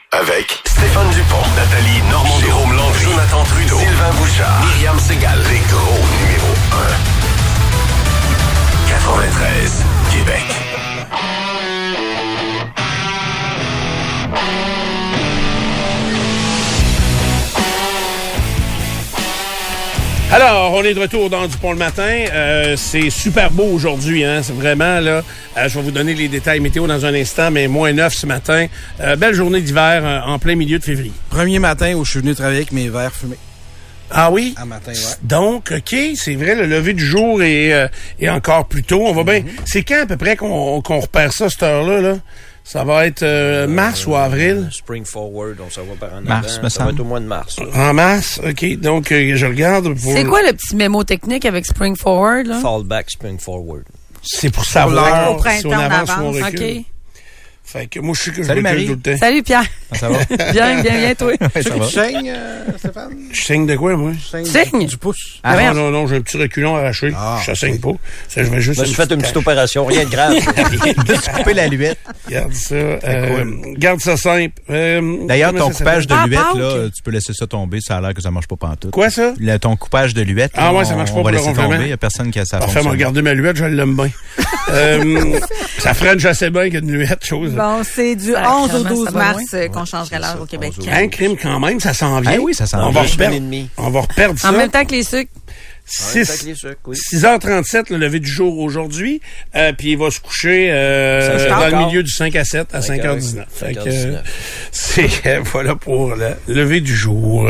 Avec Stéphane Dupont, Nathalie Normando, Jérôme Landry, Jonathan Trudeau, Sylvain Bouchard, Myriam Segal, les gros numéros 1. 93, Québec. Alors, on est de retour dans Dupont le matin. C'est super beau aujourd'hui, hein. C'est vraiment, là, je vais vous donner les détails météo dans un instant, mais moins 9 ce matin. Belle journée d'hiver en plein milieu de février. Premier matin où je suis venu travailler avec mes verres fumés. Ah oui? À matin, ouais. Donc, OK, c'est vrai, le lever du jour est encore plus tôt. On va bien. C'est quand à peu près qu'on repère ça, cette heure-là, là? Ça va être mars ou avril? Spring Forward, on s'en va par en mars, avant. Ça va être au mois de mars. Là. En mars, OK. Donc, je regarde. C'est quoi le petit mémo technique avec Spring Forward, là? Fallback, Spring Forward. C'est pour savoir au printemps, si on avance ou on recule. OK. Fait que moi, je sais que Salut, je recule Marie. tout le temps. Salut, Pierre. Ça va? Bien, toi. Ouais, ça va. Tu saignes, Stéphane? Je saigne de quoi, moi? Tu saignes? Du pouce. Ah, non, j'ai un petit reculon arraché. Ah, Ça saigne pas. Ça, je vais juste. Je me suis fait une petite opération, rien de grave. Je me suis coupé la luette. Garde ça. Garde ça simple. D'ailleurs, comment ton ça coupage de s'appelle? luette, Pâques. là, tu peux laisser ça tomber. Ça a l'air que ça marche pas pantoute. Quoi, ça? Ton coupage de luette, Ah là, ouais, ça marche pas on pour va le laisser ronflement. tomber. Il y a personne qui a sa Parfait, fonction. m'a regardé ma luette, je l'aime bien. Ça French assez bien qu'une luette, chose. Bon, c'est du Ça, 11 au clairement, 12 ça va mars loin. qu'on changerait l'heure au Québec. Un crime quand même, ça s'en vient. Ah oui, ça s'en on vient. va reperdre. On va reperdre ça. En même temps que les sucres. 6h37, le lever du jour aujourd'hui, puis il va se coucher dans le milieu du 5 à 7 à 5h19. Fait que, c'est voilà pour le lever du jour.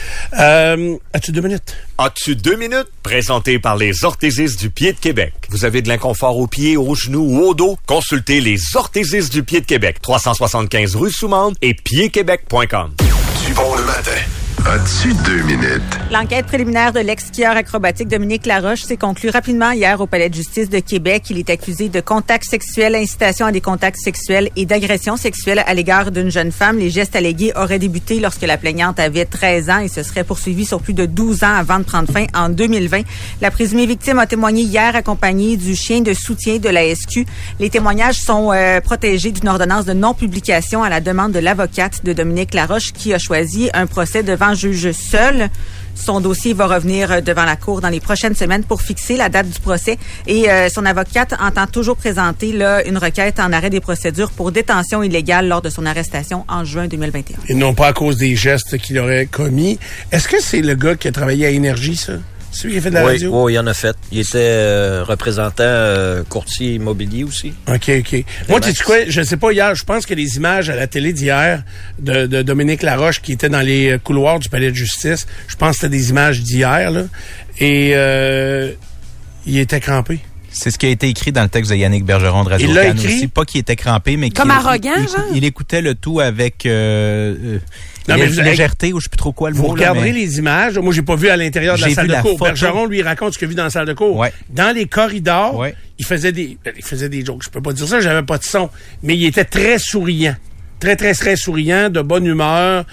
As-tu 2 minutes? As-tu 2 minutes? Présenté par les orthésistes du pied de Québec. Vous avez de l'inconfort aux pieds, aux genoux ou au dos? Consultez les orthésistes du pied de Québec. 375 rue Soumande et piedquebec.com. Dupont le matin. As-tu 2 minutes? L'enquête préliminaire de l'ex-skieur acrobatique Dominique Laroche s'est conclue rapidement hier au Palais de justice de Québec. Il est accusé de contacts sexuels, incitation à des contacts sexuels et d'agression sexuelle à l'égard d'une jeune femme. Les gestes allégués auraient débuté lorsque la plaignante avait 13 ans et se serait poursuivi sur plus de 12 ans avant de prendre fin en 2020. La présumée victime a témoigné hier accompagnée du chien de soutien de la SQ. Les témoignages sont protégés d'une ordonnance de non-publication à la demande de l'avocate de Dominique Laroche qui a choisi un procès devant juge seul. Son dossier va revenir devant la Cour dans les prochaines semaines pour fixer la date du procès. Et son avocate entend toujours présenter là, une requête en arrêt des procédures pour détention illégale lors de son arrestation en juin 2021. Et non pas à cause des gestes qu'il aurait commis. Est-ce que c'est le gars qui a travaillé à Énergie, ça? C'est lui qui a fait de la radio? Oui, il en a fait. Il était représentant courtier immobilier aussi. OK. Moi, tu sais quoi? Je sais pas, hier, je pense que les images à la télé d'hier de Dominique Laroche qui était dans les couloirs du Palais de justice, je pense que c'était des images d'hier, là. Et il était crampé. C'est ce qui a été écrit dans le texte de Yannick Bergeron de Radio Il l'a Cannes écrit? aussi. Pas qu'il était crampé, mais Comme arrogant, genre? il écoutait le tout avec Non, mais légèreté, ou je sais plus trop quoi le vous mot. regarderez là, mais... les images. Moi, j'ai pas vu à l'intérieur de la J'ai salle vu de la cours. photo. Bergeron, lui, raconte ce qu'il a vu dans la salle de cours. Ouais. Dans les corridors, Ouais. il faisait des jokes. Je peux pas dire ça, j'avais pas de son. Mais il était très souriant. Très souriant, de bonne humeur.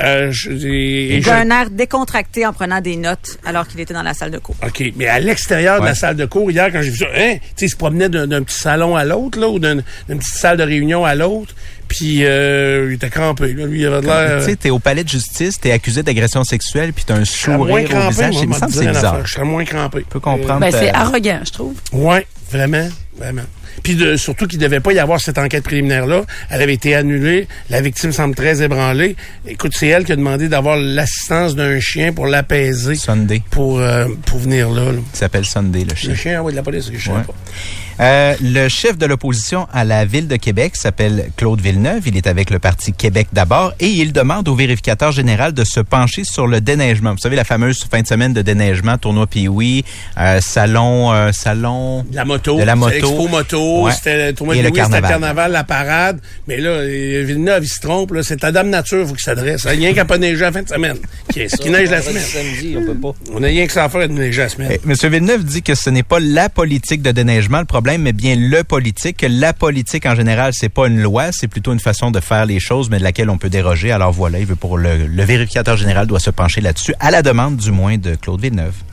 Il a un air décontracté en prenant des notes alors qu'il était dans la salle de cours. OK, mais à l'extérieur de la salle de cours, hier, quand j'ai vu ça, tu sais, il se promenait d'un petit salon à l'autre, là, ou d'une petite salle de réunion à l'autre, puis il était crampé, là. Lui, il avait de l'air... Tu sais, t'es au palais de justice, t'es accusé d'agression sexuelle, puis t'as un sourire au visage. Il me semble que c'est bizarre. Je serais moins crampé. Je peux comprendre. Ben, c'est arrogant, je trouve. Ouais, vraiment. Puis surtout qu'il ne devait pas y avoir cette enquête préliminaire-là. Elle avait été annulée. La victime semble très ébranlée. Écoute, c'est elle qui a demandé d'avoir l'assistance d'un chien pour l'apaiser. Sunday. Pour venir là. Il s'appelle Sunday, le chien. Le chien, oui, de la police, je sais pas. Le chef de l'opposition à la Ville de Québec s'appelle Claude Villeneuve. Il est avec le parti Québec d'abord et il demande au vérificateur général de se pencher sur le déneigement. Vous savez, la fameuse fin de semaine de déneigement, tournoi Pee-Wee, salon... De la moto. De la moto. Expo moto. Ouais. C'était le tournoi Et Pee-Wee, le carnaval. c'était le carnaval, la parade. Mais là, Villeneuve, il se trompe. Là, c'est à Dame Nature, il faut qu'il s'adresse. Il n'y a rien qu'à pas neiger à la fin de semaine. Qu'est-ce qui neige la semaine? Samedi, on peut pas. On n'a rien que ça à faire de neiger la semaine. Monsieur Villeneuve dit que ce n'est pas la politique de déneigement le problème, mais bien le politique. Que la politique, en général, c'est pas une loi, c'est plutôt une façon de faire les choses, mais de laquelle on peut déroger. Alors voilà, il veut pour le vérificateur général doit se pencher là-dessus, à la demande, du moins, de Claude Villeneuve.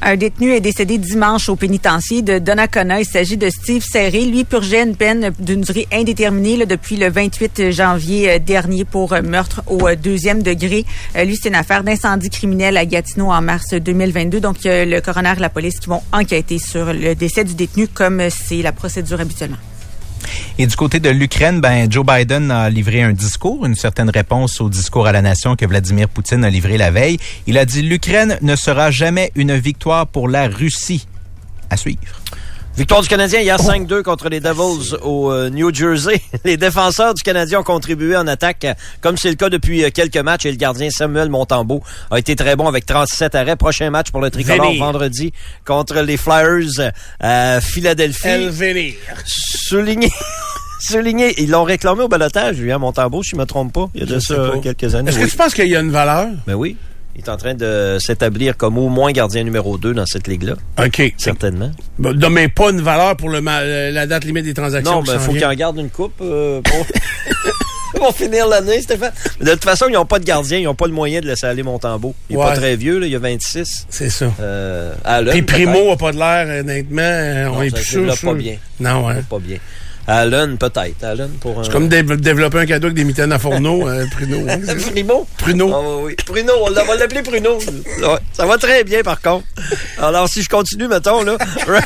Un détenu est décédé dimanche au pénitencier de Donnacona. Il s'agit de Steve Serré. Lui purgeait une peine d'une durée indéterminée là, depuis le 28 janvier dernier pour meurtre au deuxième degré. Lui, c'est une affaire d'incendie criminel à Gatineau en mars 2022. Donc, le coroner et la police qui vont enquêter sur le décès du détenu comme c'est la procédure habituellement. Et du côté de l'Ukraine, Joe Biden a livré un discours, une certaine réponse au discours à la nation que Vladimir Poutine a livré la veille. Il a dit « L'Ukraine ne sera jamais une victoire pour la Russie. » À suivre. Victoire du Canadien hier 5-2 contre les Devils au New Jersey. Les défenseurs du Canadien ont contribué en attaque, comme c'est le cas depuis quelques matchs, et le gardien Samuel Montembeau a été très bon avec 37 arrêts. Prochain match pour le Tricolore vendredi contre les Flyers à Philadelphie. Souligné, ils l'ont réclamé au balotage, lui, Montembeau, si je ne me trompe pas, il y a de ça quelques années. Est-ce que tu penses qu'il y a une valeur? Ben oui. Il est en train de s'établir comme au moins gardien numéro 2 dans cette ligue-là. OK. Certainement. Mais pas une valeur pour la date limite des transactions. Non, mais il faut qu'il en garde une coupe pour finir l'année, Stéphane. De toute façon, ils n'ont pas de gardien. Ils n'ont pas le moyen de laisser aller Montembeau. Il n'est pas très vieux, là, il a 26. C'est ça. Allen, et Primo n'a pas de l'air, honnêtement. On est plus sûr. Pas bien. Non, ouais. Pas bien. Allen, peut-être. Allen pour un... C'est comme développer un cadeau avec des mitaines à fourneau, Pruneau. Hein, Primo? Pruneau. Oh, oui. Pruneau, on va l'appeler Pruneau. Ça va très bien, par contre. Alors, si je continue, mettons, là...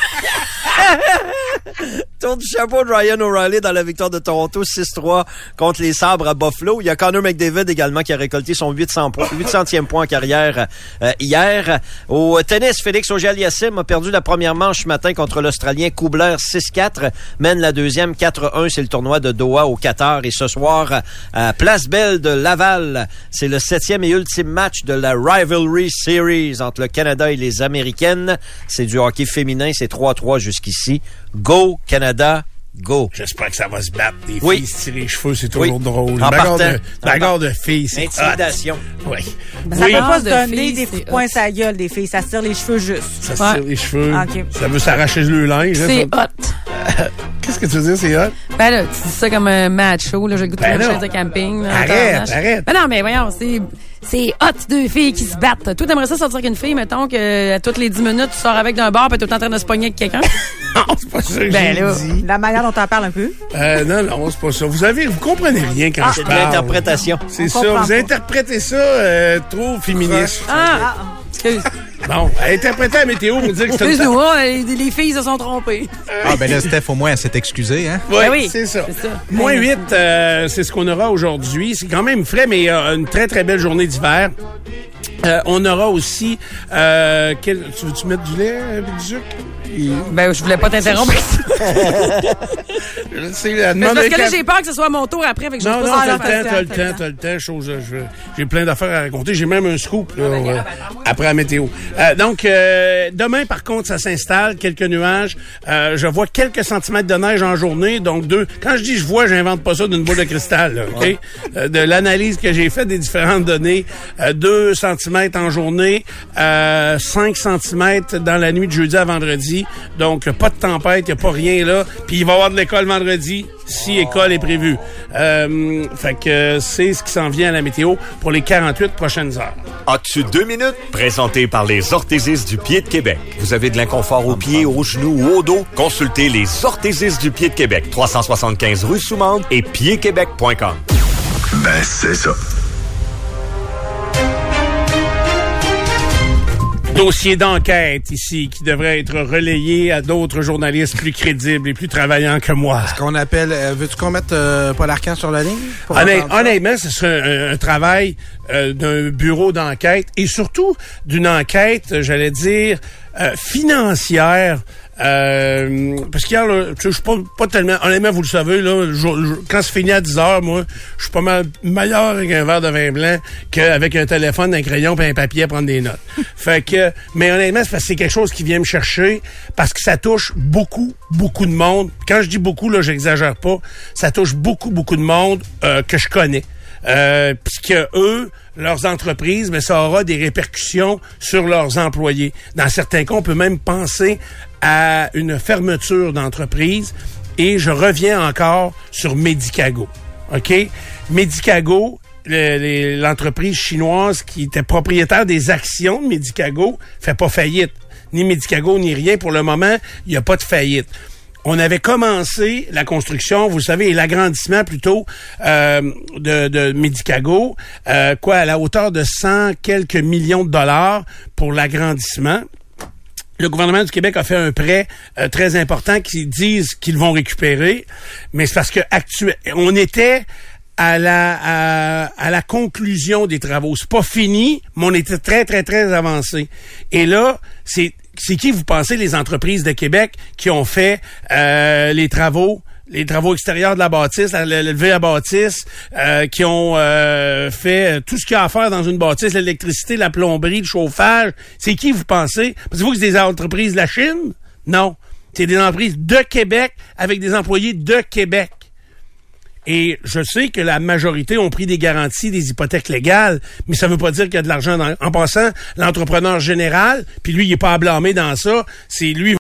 Tour du chapeau de Ryan O'Reilly dans la victoire de Toronto 6-3 contre les Sabres à Buffalo. Il y a Connor McDavid également qui a récolté son 800e point en carrière hier. Au tennis, Félix Auger-Aliassime a perdu la première manche ce matin contre l'Australien Kubler 6-4. Mène la deuxième 4-1. C'est le tournoi de Doha au Qatar. Et ce soir, à Place Belle de Laval, c'est le 7e et ultime match de la Rivalry Series entre le Canada et les Américaines. C'est du hockey féminin. C'est 3-3 jusqu'ici. Go, Canada, go. J'espère que ça va se battre. Les filles se tirer les cheveux, c'est toujours drôle. Bagarre de filles, c'est intimidation. Oui. Ça peut pas se donner des coups de poing sur la gueule des filles. Ça se tire les cheveux juste. Ça se tire les cheveux. Okay. Ça veut s'arracher le linge. C'est hot. Qu'est-ce que tu veux dire, c'est hot? Ben là, tu dis ça comme un macho, là. J'ai goûté une chaise de camping. Là, arrête. Ben non, mais voyons, c'est hot, deux filles qui se battent. Toi, t'aimerais ça sortir avec une fille, mettons, que toutes les 10 minutes, tu sors avec d'un bar pis t'es tout le temps en train de se pogner avec quelqu'un? Non, c'est pas ça que j'ai dit. La manière dont t'en parles un peu? Non, c'est pas ça. Vous comprenez rien quand je parle. C'est l'interprétation. C'est ça. Vous interprétez ça trop féministe. Excuse. Bon, interpréter la météo pour dire que c'est... Excuse-nous, les filles se sont trompées. Ben là, Steph, au moins, elle s'est excusée, hein? Oui, c'est ça. Moins 8, c'est ce qu'on aura aujourd'hui. C'est quand même frais, mais une très, très belle journée d'hiver. On aura aussi... tu veux-tu mettre du lait avec du sucre? Ben, je voulais pas t'interrompre. Mais parce que là, j'ai peur que ce soit mon tour après. Fait que non, t'as le temps. J'ai plein d'affaires à raconter. J'ai même un scoop là, après la météo. Donc, demain, par contre, ça s'installe. Quelques nuages. Je vois quelques centimètres de neige en journée. Donc, quand je dis je vois, j'invente pas ça d'une boule de cristal. Là, OK? De l'analyse que j'ai faite des différentes données, 2 centimètres en journée, 5 centimètres dans la nuit de jeudi à vendredi. Donc, pas de tempête, il n'y a pas rien là. Puis, il va y avoir de l'école vendredi, si école est prévue. Fait que c'est ce qui s'en vient à la météo pour les 48 prochaines heures. As-tu 2 minutes? Présenté par les orthésistes du Pied de Québec. Vous avez de l'inconfort aux pieds, aux genoux ou au dos? Consultez les orthésistes du Pied de Québec. 375 rue Soumande et piedquebec.com. Ben, c'est ça. Dossier d'enquête ici qui devrait être relayé à d'autres journalistes plus crédibles et plus travaillants que moi. Ce qu'on appelle... veux-tu qu'on mette Paul Arcand sur la ligne? Honnêtement, ce serait un travail d'un bureau d'enquête et surtout d'une enquête, j'allais dire, financière. Parce qu'hier, là, je suis pas tellement... Honnêtement, vous le savez, là, quand c'est fini à 10h, moi, je suis pas mal meilleur avec un verre de vin blanc qu'avec un téléphone, un crayon et un papier à prendre des notes. Fait que... Mais honnêtement, c'est parce que c'est quelque chose qui vient me chercher parce que ça touche beaucoup de monde. Quand je dis beaucoup, là, j'exagère pas. Ça touche beaucoup de monde que je connais. Puisque eux, leurs entreprises, mais ça aura des répercussions sur leurs employés. Dans certains cas, on peut même penser à une fermeture d'entreprise. Et je reviens encore sur Medicago. OK? Medicago, l'entreprise chinoise qui était propriétaire des actions de Medicago, fait pas faillite. ni Medicago, ni rien. Pour le moment, il n'y a pas de faillite. On avait commencé la construction, vous savez, et l'agrandissement plutôt de Medicago, à la hauteur de 100 quelques millions de dollars pour l'agrandissement. Le gouvernement du Québec a fait un prêt très important qu'ils disent qu'ils vont récupérer, mais c'est parce que on était à la conclusion des travaux. C'est pas fini, mais on était très, très, très avancé. Et là, c'est qui, vous pensez, les entreprises de Québec qui ont fait les travaux extérieurs de la bâtisse, le lever à bâtisse, qui ont fait tout ce qu'il y a à faire dans une bâtisse, l'électricité, la plomberie, le chauffage. C'est qui, vous pensez? Pensez-vous que c'est des entreprises de la Chine? Non. C'est des entreprises de Québec avec des employés de Québec. Et je sais que la majorité ont pris des garanties, des hypothèques légales, mais ça veut pas dire qu'il y a de l'argent en passant. L'entrepreneur général, puis lui, il est pas à blâmer dans ça, c'est lui